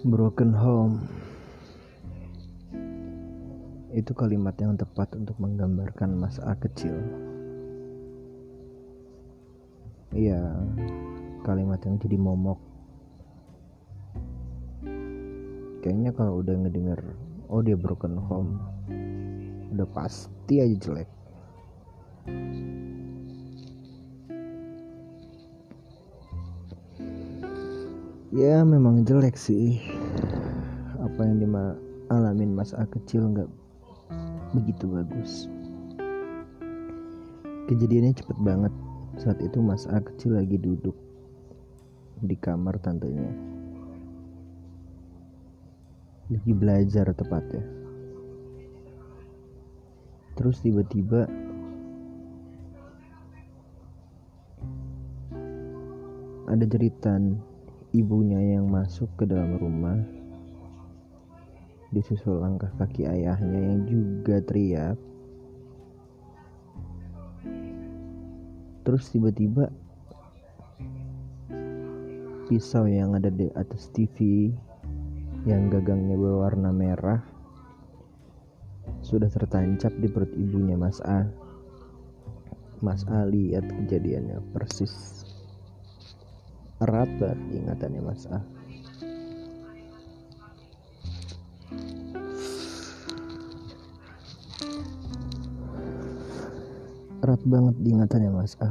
Broken home itu kalimat yang tepat untuk menggambarkan masa kecil. Iya, kalimat yang jadi momok. Kayaknya kalau udah ngedenger, oh dia broken home, udah pasti aja jelek. Ya memang jelek sih. Apa yang dialamin masa kecil gak begitu bagus. Kejadiannya cepet banget. Saat itu masa kecil lagi duduk di kamar tantenya, lagi belajar tepatnya. Terus tiba-tiba ada jeritan ibunya yang masuk ke dalam rumah, disusul langkah kaki ayahnya yang juga teriak. Terus tiba-tiba pisau yang ada di atas TV yang gagangnya berwarna merah sudah tertancap di perut ibunya Mas A. Mas A lihat kejadiannya persis. Erat banget ingatannya Mas A. Erat banget diingatannya Mas A.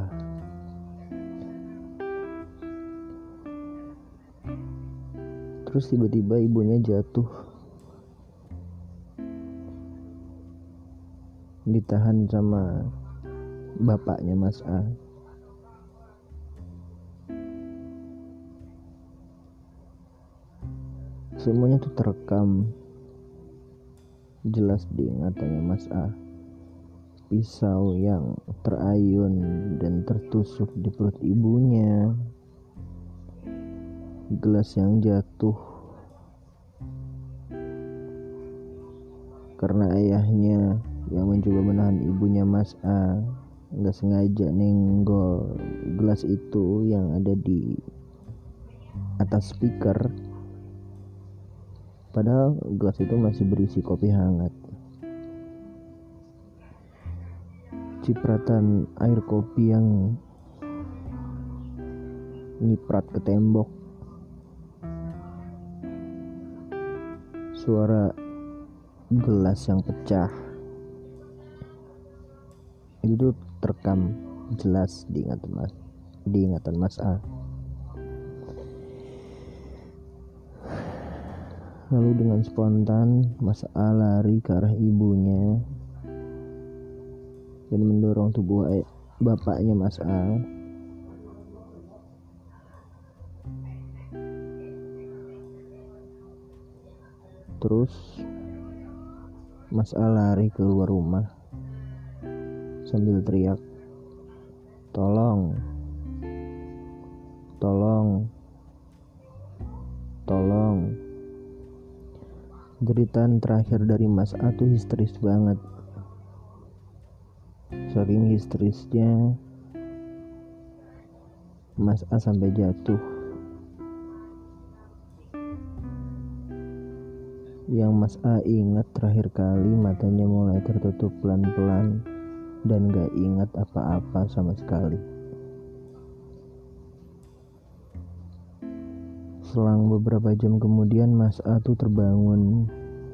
Terus tiba-tiba ibunya jatuh, ditahan sama bapaknya Mas A. Semuanya tuh terekam jelas diingatannya Mas A. Pisau yang terayun dan tertusuk di perut ibunya, gelas yang jatuh karena ayahnya yang mencoba menahan ibunya Mas A gak sengaja nenggol gelas itu yang ada di atas speaker, padahal gelas itu masih berisi kopi hangat. Cipratan air kopi yang nyiprat ke tembok, suara gelas yang pecah, itu tuh terekam jelas di ingatan Mas A. Lalu dengan spontan Mas A lari ke arah ibunya dan mendorong tubuh bapaknya Mas A. Terus Mas A lari keluar rumah sambil teriak, "Tolong, tolong, tolong." Jeritan terakhir dari Mas A tuh histeris banget. Saking histerisnya Mas A sampai jatuh. Yang Mas A ingat terakhir kali matanya mulai tertutup pelan-pelan dan gak ingat apa-apa sama sekali. Selang beberapa jam kemudian Mas A tuh terbangun.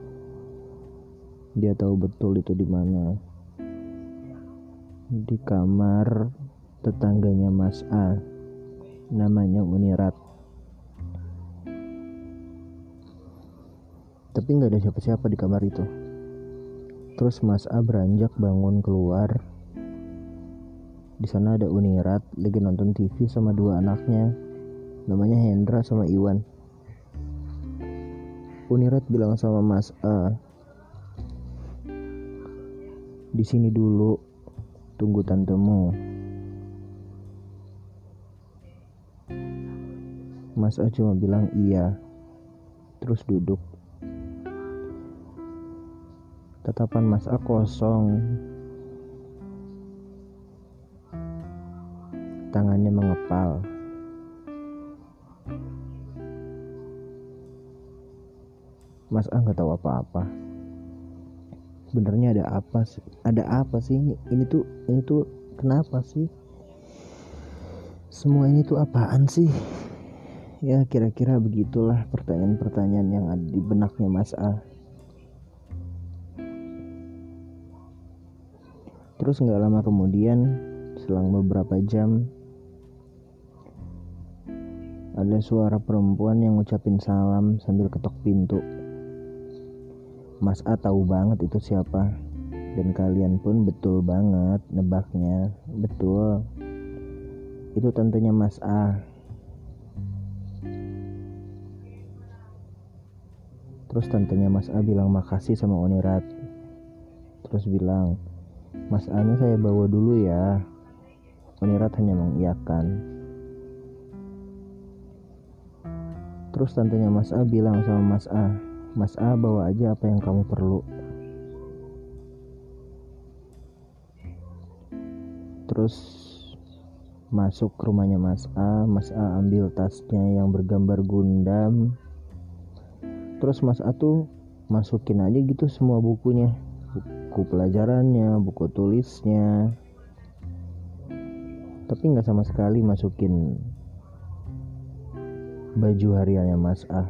Dia tahu betul itu di mana. Di kamar tetangganya Mas A, namanya Unirat. Tapi nggak ada siapa-siapa di kamar itu. Terus Mas A beranjak bangun keluar. Di sana ada Unirat lagi nonton TV sama dua anaknya, namanya Hendra sama Iwan. Unirat bilang sama Mas A, "Di sini dulu, tunggu tantemu." Mas A cuma bilang iya, terus duduk. Tatapan Mas A kosong, tangannya mengepal. Mas A nggak tahu apa-apa. Sebenarnya ada apa sih? Ada apa sih ini tuh kenapa sih? Semua ini tuh apaan sih? Ya kira-kira begitulah pertanyaan-pertanyaan yang ada di benaknya Mas A. Terus nggak lama kemudian, selang beberapa jam, ada suara perempuan yang ngucapin salam sambil ketok pintu. Mas A tahu banget itu siapa. Dan kalian pun betul banget nebaknya. Betul. Itu tantenya Mas A. Terus tantenya Mas A bilang makasih sama Onirat. Terus bilang, Mas A-nya saya bawa dulu ya. Onirat hanya mengiyakan. Terus tantenya Mas A bilang sama Mas A bawa aja apa yang kamu perlu. Terus masuk ke rumahnya Mas A ambil tasnya yang bergambar Gundam. Terus Mas A tuh masukin aja gitu semua bukunya. Buku pelajarannya, buku tulisnya. Tapi gak sama sekali masukin baju hariannya Mas A.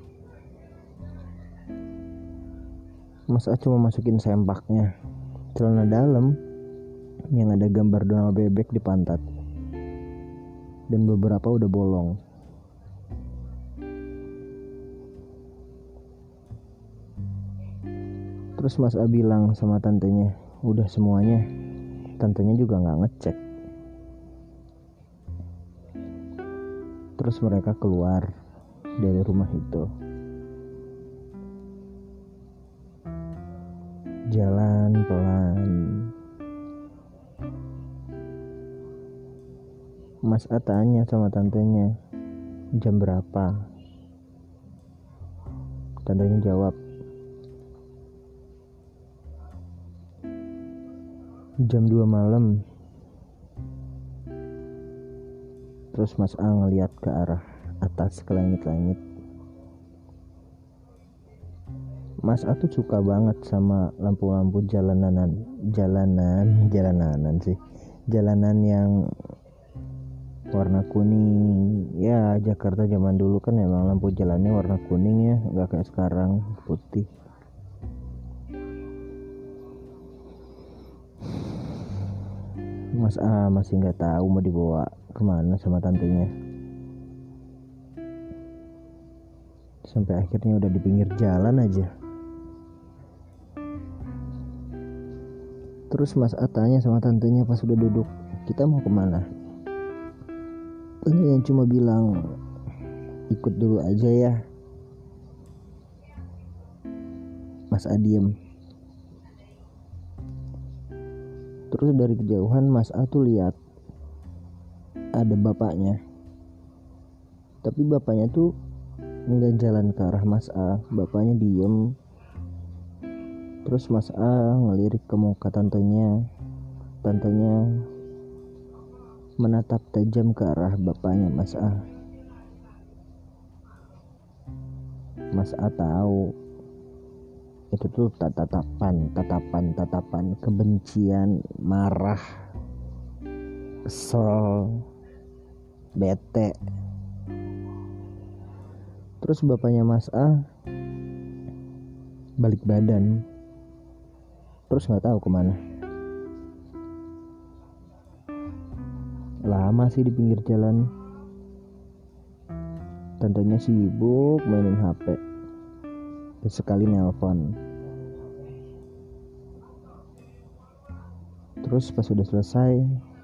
Mas A cuma masukin sempaknya, celana dalam yang ada gambar Donald bebek di pantat. Dan beberapa udah bolong. Terus Mas A bilang sama tantenya, udah semuanya. Tantenya juga gak ngecek. Terus mereka keluar dari rumah itu. Jalan pelan. Mas A tanya sama tantenya, jam berapa? Tantenya jawab, jam 2 malam. Terus Mas A ngeliat ke arah atas ke langit-langit. Mas A tuh suka banget sama lampu-lampu jalanan sih. Jalanan yang warna kuning. Ya Jakarta zaman dulu kan emang lampu jalannya warna kuning ya, nggak kayak sekarang putih. Mas A masih nggak tahu mau dibawa kemana sama tantenya. Sampai akhirnya udah di pinggir jalan aja. Terus Mas A tanya sama tantenya pas udah duduk, kita mau kemana? Tantenya cuma bilang, ikut dulu aja ya. Mas A diem. Terus dari kejauhan Mas A tuh lihat ada bapaknya. Tapi bapaknya tuh nggak jalan ke arah Mas A. Bapaknya diem. Terus Mas A ngelirik ke muka tantenya. Tantenya menatap tajam ke arah bapaknya Mas A. Mas A tahu itu tuh tatapan kebencian, marah, kesel, bete. Terus bapaknya Mas A balik badan, terus nggak tahu kemana. Lama sih di pinggir jalan. Tantenya sibuk mainin HP. Terus sekali nelpon. Terus pas sudah selesai,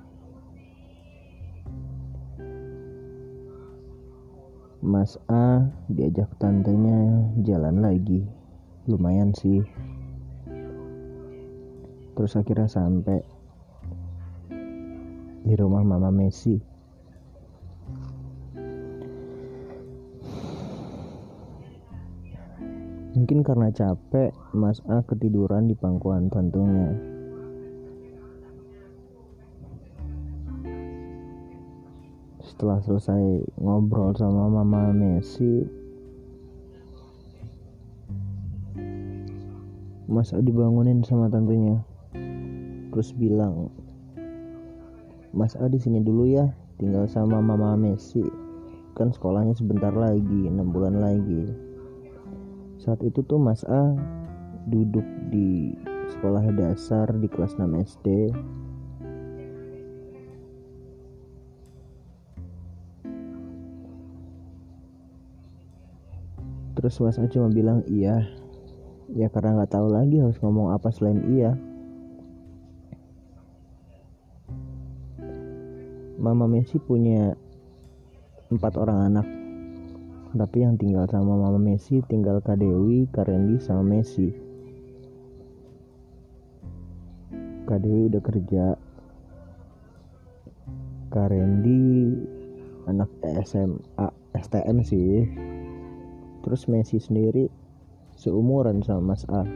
Mas A diajak tantenya jalan lagi. Lumayan sih. Terus akhirnya sampai di rumah Mama Messi. Mungkin karena capek, Mas A ketiduran di pangkuan tantenya. Setelah selesai ngobrol sama Mama Messi, Mas A dibangunin sama tantenya, terus bilang, Mas A di sini dulu ya, tinggal sama Mama Messi, kan sekolahnya sebentar lagi, 6 bulan lagi. Saat itu tuh Mas A duduk di sekolah dasar di kelas 6 SD. Terus Mas A cuma bilang iya, ya karena nggak tahu lagi harus ngomong apa selain iya. Mama Messi punya 4 orang anak, tapi yang tinggal sama Mama Messi tinggal Kak Dewi, Kak Randy, sama Messi. Kak Dewi udah kerja, Kak Randy anak SMA STM sih. Terus Messi sendiri seumuran sama Mas A,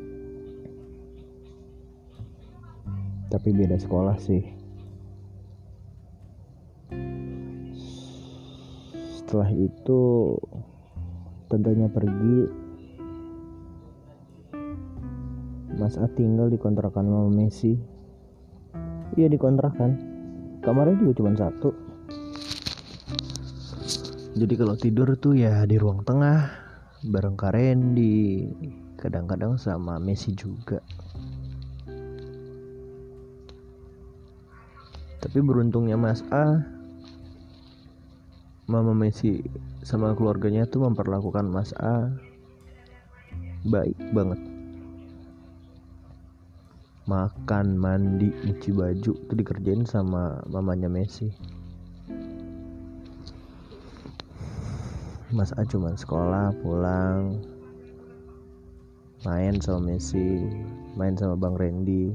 tapi beda sekolah sih. Setelah itu tantenya pergi, Mas A tinggal di kontrakan Mama Messi. Iya, di kontrakan, kamarnya juga cuma satu. Jadi kalau tidur tuh ya di ruang tengah bareng Kak Randy, kadang-kadang sama Messi juga. Tapi beruntungnya Mas A, Mama Messi sama keluarganya tuh memperlakukan Mas A baik banget. Makan, mandi, nyuci baju itu dikerjain sama mamanya Messi. Mas A cuma sekolah, pulang, main sama Messi, main sama Bang Randy.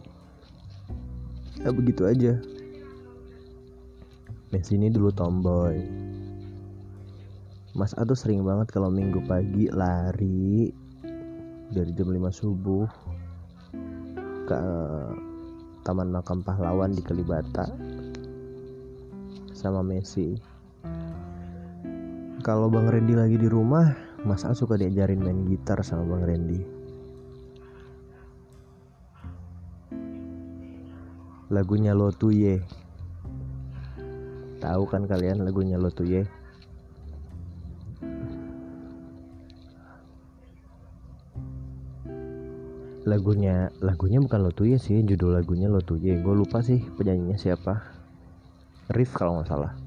Ya begitu aja. Messi ini dulu tomboy. Mas A tuh sering banget kalau minggu pagi lari dari jam 5 subuh ke Taman Makam Pahlawan di Kalibata sama Messi. Kalau Bang Randy lagi di rumah, Mas A suka diajarin main gitar sama Bang Randy. Lagunya Lotuye, tahu kan kalian lagunya Lotuye? Lagunya bukan Lotuye sih, judul lagunya Lotuye. Gue lupa sih penyanyinya siapa. Rif kalau nggak salah.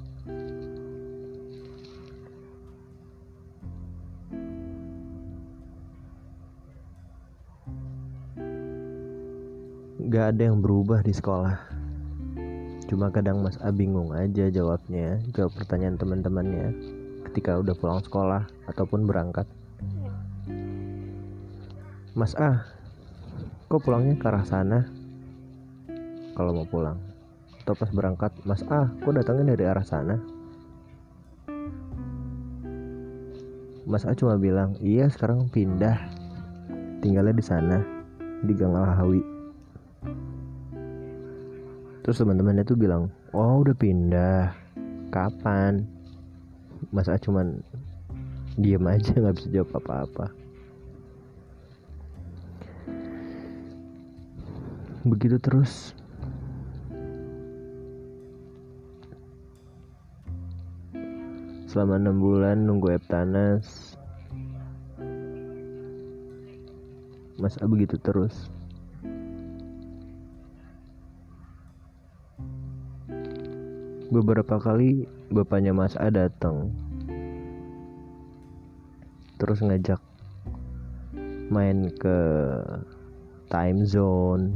Gak ada yang berubah di sekolah. Cuma kadang Mas A bingung aja jawab pertanyaan teman-temannya ketika udah pulang sekolah ataupun berangkat. Mas A, kok pulangnya ke arah sana? Kalau mau pulang. Atau pas berangkat, Mas A, kok datangnya dari arah sana? Mas A cuma bilang, iya sekarang pindah, tinggalnya di sana, di Gang Al-Hawi. Terus teman-temannya tuh bilang, oh udah pindah, kapan? Mas A cuman diem aja, nggak bisa jawab apa-apa. Begitu terus. Selama 6 bulan nunggu Eptanas, Mas A begitu terus. Beberapa kali bapaknya Mas A datang, terus ngajak main ke time zone.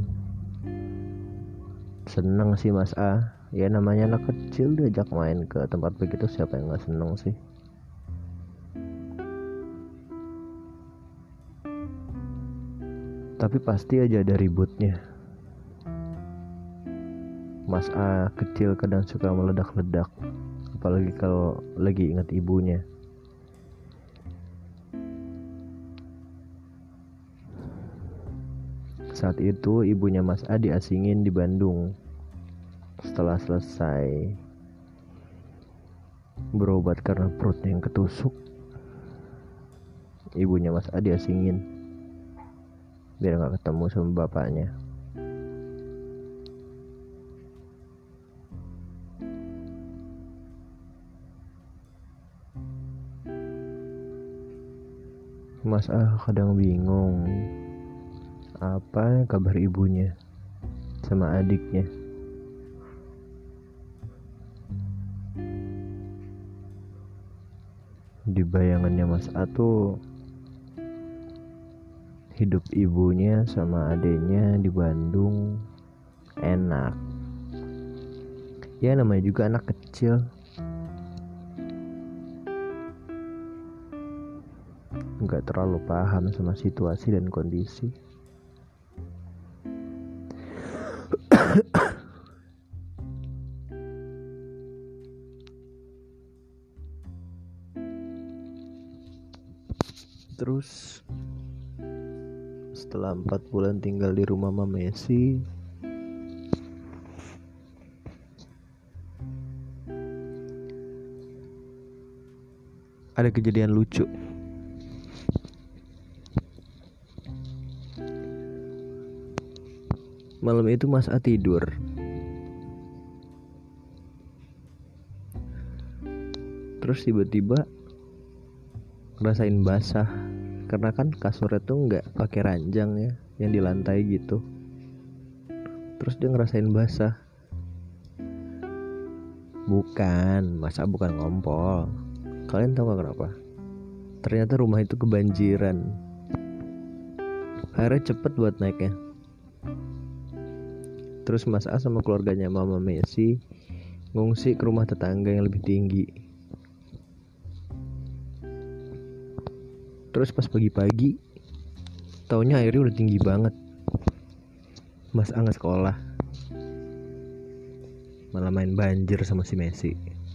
Seneng sih Mas A. Ya namanya anak kecil diajak main ke tempat begitu, siapa yang gak seneng sih. Tapi pasti aja ada ributnya. Mas A kecil kadang suka meledak-ledak, apalagi kalau lagi ingat ibunya. Saat itu ibunya Mas A diasingin di Bandung. Setelah selesai berobat karena perutnya yang ketusuk, ibunya Mas A diasingin. biar nggak ketemu sama bapaknya. Mas A kadang bingung apa kabar ibunya sama adiknya. Di bayangannya Mas A tuh hidup ibunya sama adiknya di Bandung enak. Ya namanya juga anak kecil, nggak terlalu paham sama situasi dan kondisi. Terus setelah 4 bulan tinggal di rumah Mama Messi, ada kejadian lucu. Malam itu Mas A tidur. Terus tiba-tiba ngerasain basah, karena kan kasurnya tuh nggak pakai ranjang ya, yang di lantai gitu. Terus dia ngerasain basah. Bukan, Mas A bukan ngompol. Kalian tahu gak kenapa? Ternyata rumah itu kebanjiran. Akhirnya cepet buat naiknya. Terus Mas A sama keluarganya Mama Messi ngungsi ke rumah tetangga yang lebih tinggi. Terus pas pagi-pagi, taunya airnya udah tinggi banget. Mas A nggak sekolah, malah main banjir sama si Messi.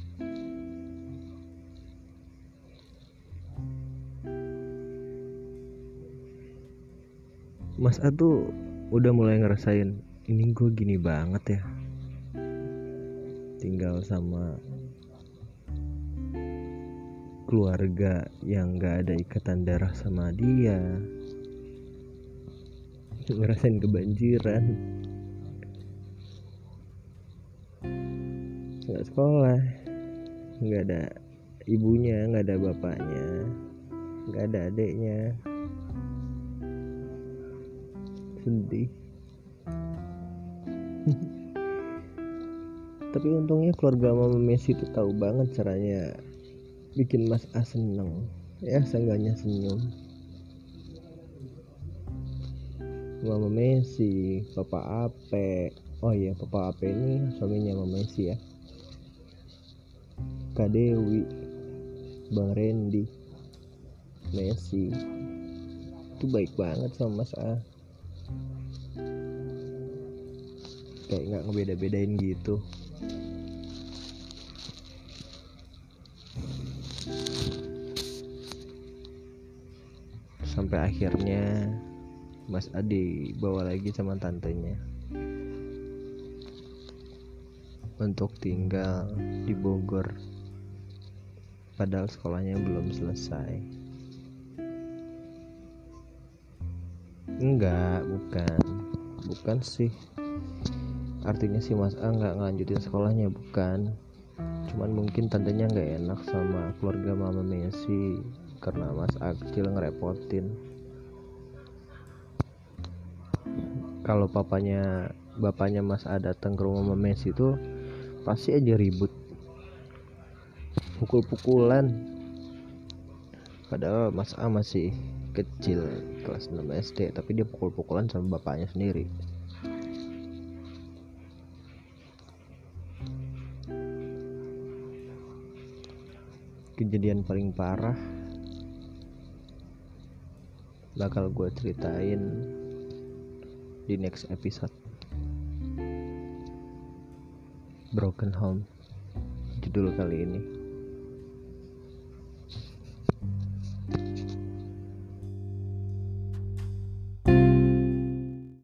Mas A tuh udah mulai ngerasain, ini gue gini banget ya, tinggal sama keluarga yang gak ada ikatan darah sama dia, ngerasain kebanjiran, gak sekolah, gak ada ibunya, gak ada bapaknya, gak ada adeknya. Sedih. Tapi untungnya keluarga Mama Messi itu tahu banget caranya bikin Mas A seneng, ya seenggaknya senyum. Mama Messi, Papa Ape, oh iya Papa Ape ini suaminya Mama Messi ya, Kak Dewi, Bang Randy, Messi, itu baik banget sama Mas A, kayak nggak ngebeda-bedain gitu. Sampai akhirnya Mas Adi bawa lagi sama tantenya untuk tinggal di Bogor, padahal sekolahnya belum selesai. Enggak, bukan sih. Artinya si Mas A nggak ngelanjutin sekolahnya, bukan. Cuman mungkin tantenya nggak enak sama keluarga Mama Messi karena Mas A kecil ngerepotin. Kalau bapaknya Mas A datang ke rumah Mama Messi itu pasti aja ribut, pukul-pukulan. Padahal Mas A masih kecil, kelas 6 SD, tapi dia pukul-pukulan sama bapaknya sendiri. Kejadian paling parah bakal gue ceritain di next episode. Broken Home judul kali ini.